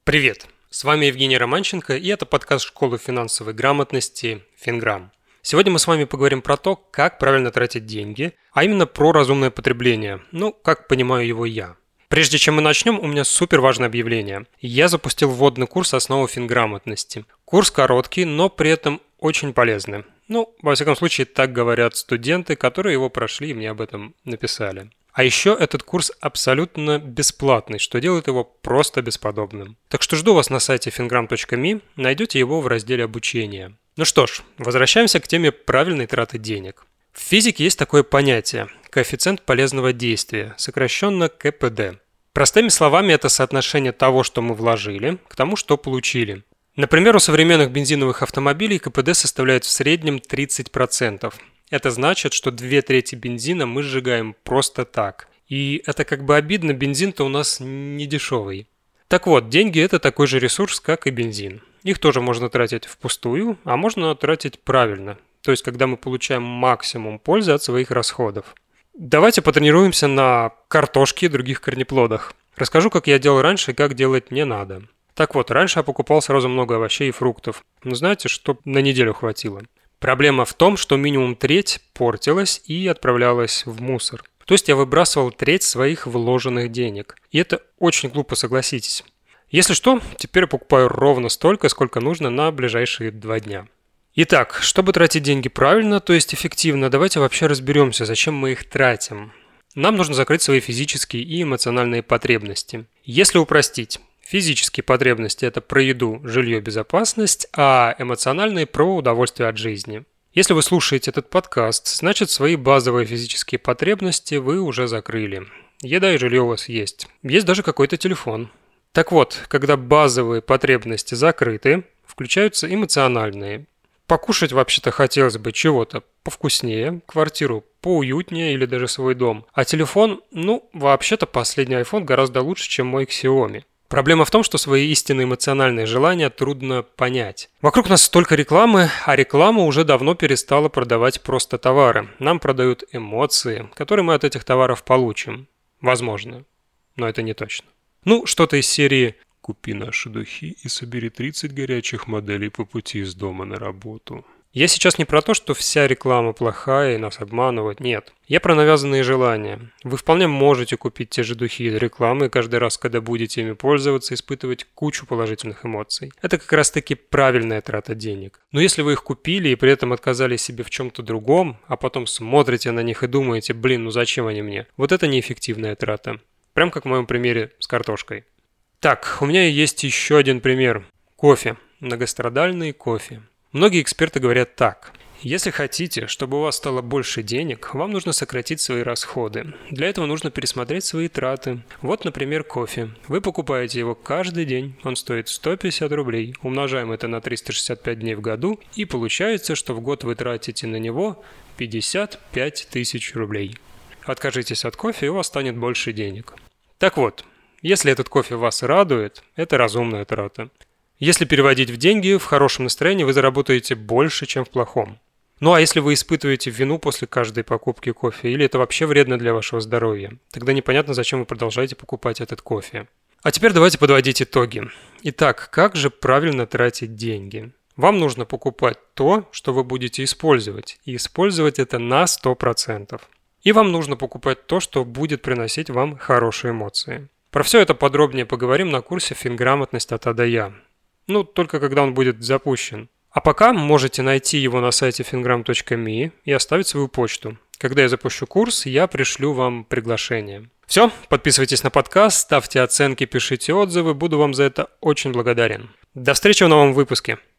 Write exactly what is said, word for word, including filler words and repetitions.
Привет! С вами Евгений Романченко, и это подкаст школы финансовой грамотности Финграм. Сегодня мы с вами поговорим про то, как правильно тратить деньги, а именно про разумное потребление, ну, как понимаю его я. Прежде чем мы начнем, у меня супер важное объявление. Я запустил вводный курс «Основы финграмотности». Курс короткий, но при этом очень полезный. Ну, во всяком случае, так говорят студенты, которые его прошли и мне об этом написали. А еще этот курс абсолютно бесплатный, что делает его просто бесподобным. Так что жду вас на сайте финграм точка ми, найдете его в разделе «Обучение». Ну что ж, возвращаемся к теме правильной траты денег. В физике есть такое понятие – коэффициент полезного действия, сокращенно ка пэ дэ. Простыми словами, это соотношение того, что мы вложили, к тому, что получили. Например, у современных бензиновых автомобилей ка пэ дэ составляет в среднем тридцать процентов. Это значит, что две трети бензина мы сжигаем просто так. И это как бы обидно, бензин-то у нас не дешевый. Так вот, деньги – это такой же ресурс, как и бензин. Их тоже можно тратить впустую, а можно тратить правильно. То есть, когда мы получаем максимум пользы от своих расходов. Давайте потренируемся на картошке и других корнеплодах. Расскажу, как я делал раньше и как делать не надо. Так вот, раньше я покупал сразу много овощей и фруктов. Но знаете, что на неделю хватило. Проблема в том, что минимум треть портилась и отправлялась в мусор. То есть я выбрасывал треть своих вложенных денег. И это очень глупо, согласитесь. Если что, теперь я покупаю ровно столько, сколько нужно на ближайшие два дня. Итак, чтобы тратить деньги правильно, то есть эффективно, давайте вообще разберемся, зачем мы их тратим. Нам нужно закрыть свои физические и эмоциональные потребности. Если упростить, физические потребности – это про еду, жилье, безопасность, а эмоциональные – про удовольствие от жизни. Если вы слушаете этот подкаст, значит свои базовые физические потребности вы уже закрыли. Еда и жилье у вас есть. Есть даже какой-то телефон. Так вот, когда базовые потребности закрыты, включаются эмоциональные. Покушать вообще-то хотелось бы чего-то повкуснее, квартиру поуютнее или даже свой дом. А телефон, ну, вообще-то последний iPhone гораздо лучше, чем мой Xiaomi. Проблема в том, что свои истинные эмоциональные желания трудно понять. Вокруг нас столько рекламы, а реклама уже давно перестала продавать просто товары. Нам продают эмоции, которые мы от этих товаров получим. Возможно, но это не точно. Ну, что-то из серии «Купи наши духи и собери тридцать горячих моделей по пути из дома на работу». Я сейчас не про то, что вся реклама плохая и нас обманывают, нет. Я про навязанные желания. Вы вполне можете купить те же духи из рекламы и каждый раз, когда будете ими пользоваться, испытывать кучу положительных эмоций. Это как раз таки правильная трата денег. Но если вы их купили и при этом отказали себе в чем-то другом, а потом смотрите на них и думаете, блин, ну зачем они мне? Вот это неэффективная трата. Прям как в моем примере с картошкой. Так, у меня есть еще один пример. Кофе. Многострадальный кофе. Многие эксперты говорят так. Если хотите, чтобы у вас стало больше денег, вам нужно сократить свои расходы. Для этого нужно пересмотреть свои траты. Вот, например, кофе. Вы покупаете его каждый день, он стоит сто пятьдесят рублей. Умножаем это на триста шестьдесят пять дней в году, и получается, что в год вы тратите на него пятьдесят пять тысяч рублей. Откажитесь от кофе, и у вас станет больше денег. Так вот, если этот кофе вас радует, это разумная трата. Если переводить в деньги, в хорошем настроении вы заработаете больше, чем в плохом. Ну а если вы испытываете вину после каждой покупки кофе, или это вообще вредно для вашего здоровья, тогда непонятно, зачем вы продолжаете покупать этот кофе. А теперь давайте подводить итоги. Итак, как же правильно тратить деньги? Вам нужно покупать то, что вы будете использовать, и использовать это на сто процентов. И вам нужно покупать то, что будет приносить вам хорошие эмоции. Про все это подробнее поговорим на курсе «Финграмотность от А до Я». Ну, только когда он будет запущен. А пока можете найти его на сайте финграм точка ми и оставить свою почту. Когда я запущу курс, я пришлю вам приглашение. Все, подписывайтесь на подкаст, ставьте оценки, пишите отзывы, буду вам за это очень благодарен. До встречи в новом выпуске.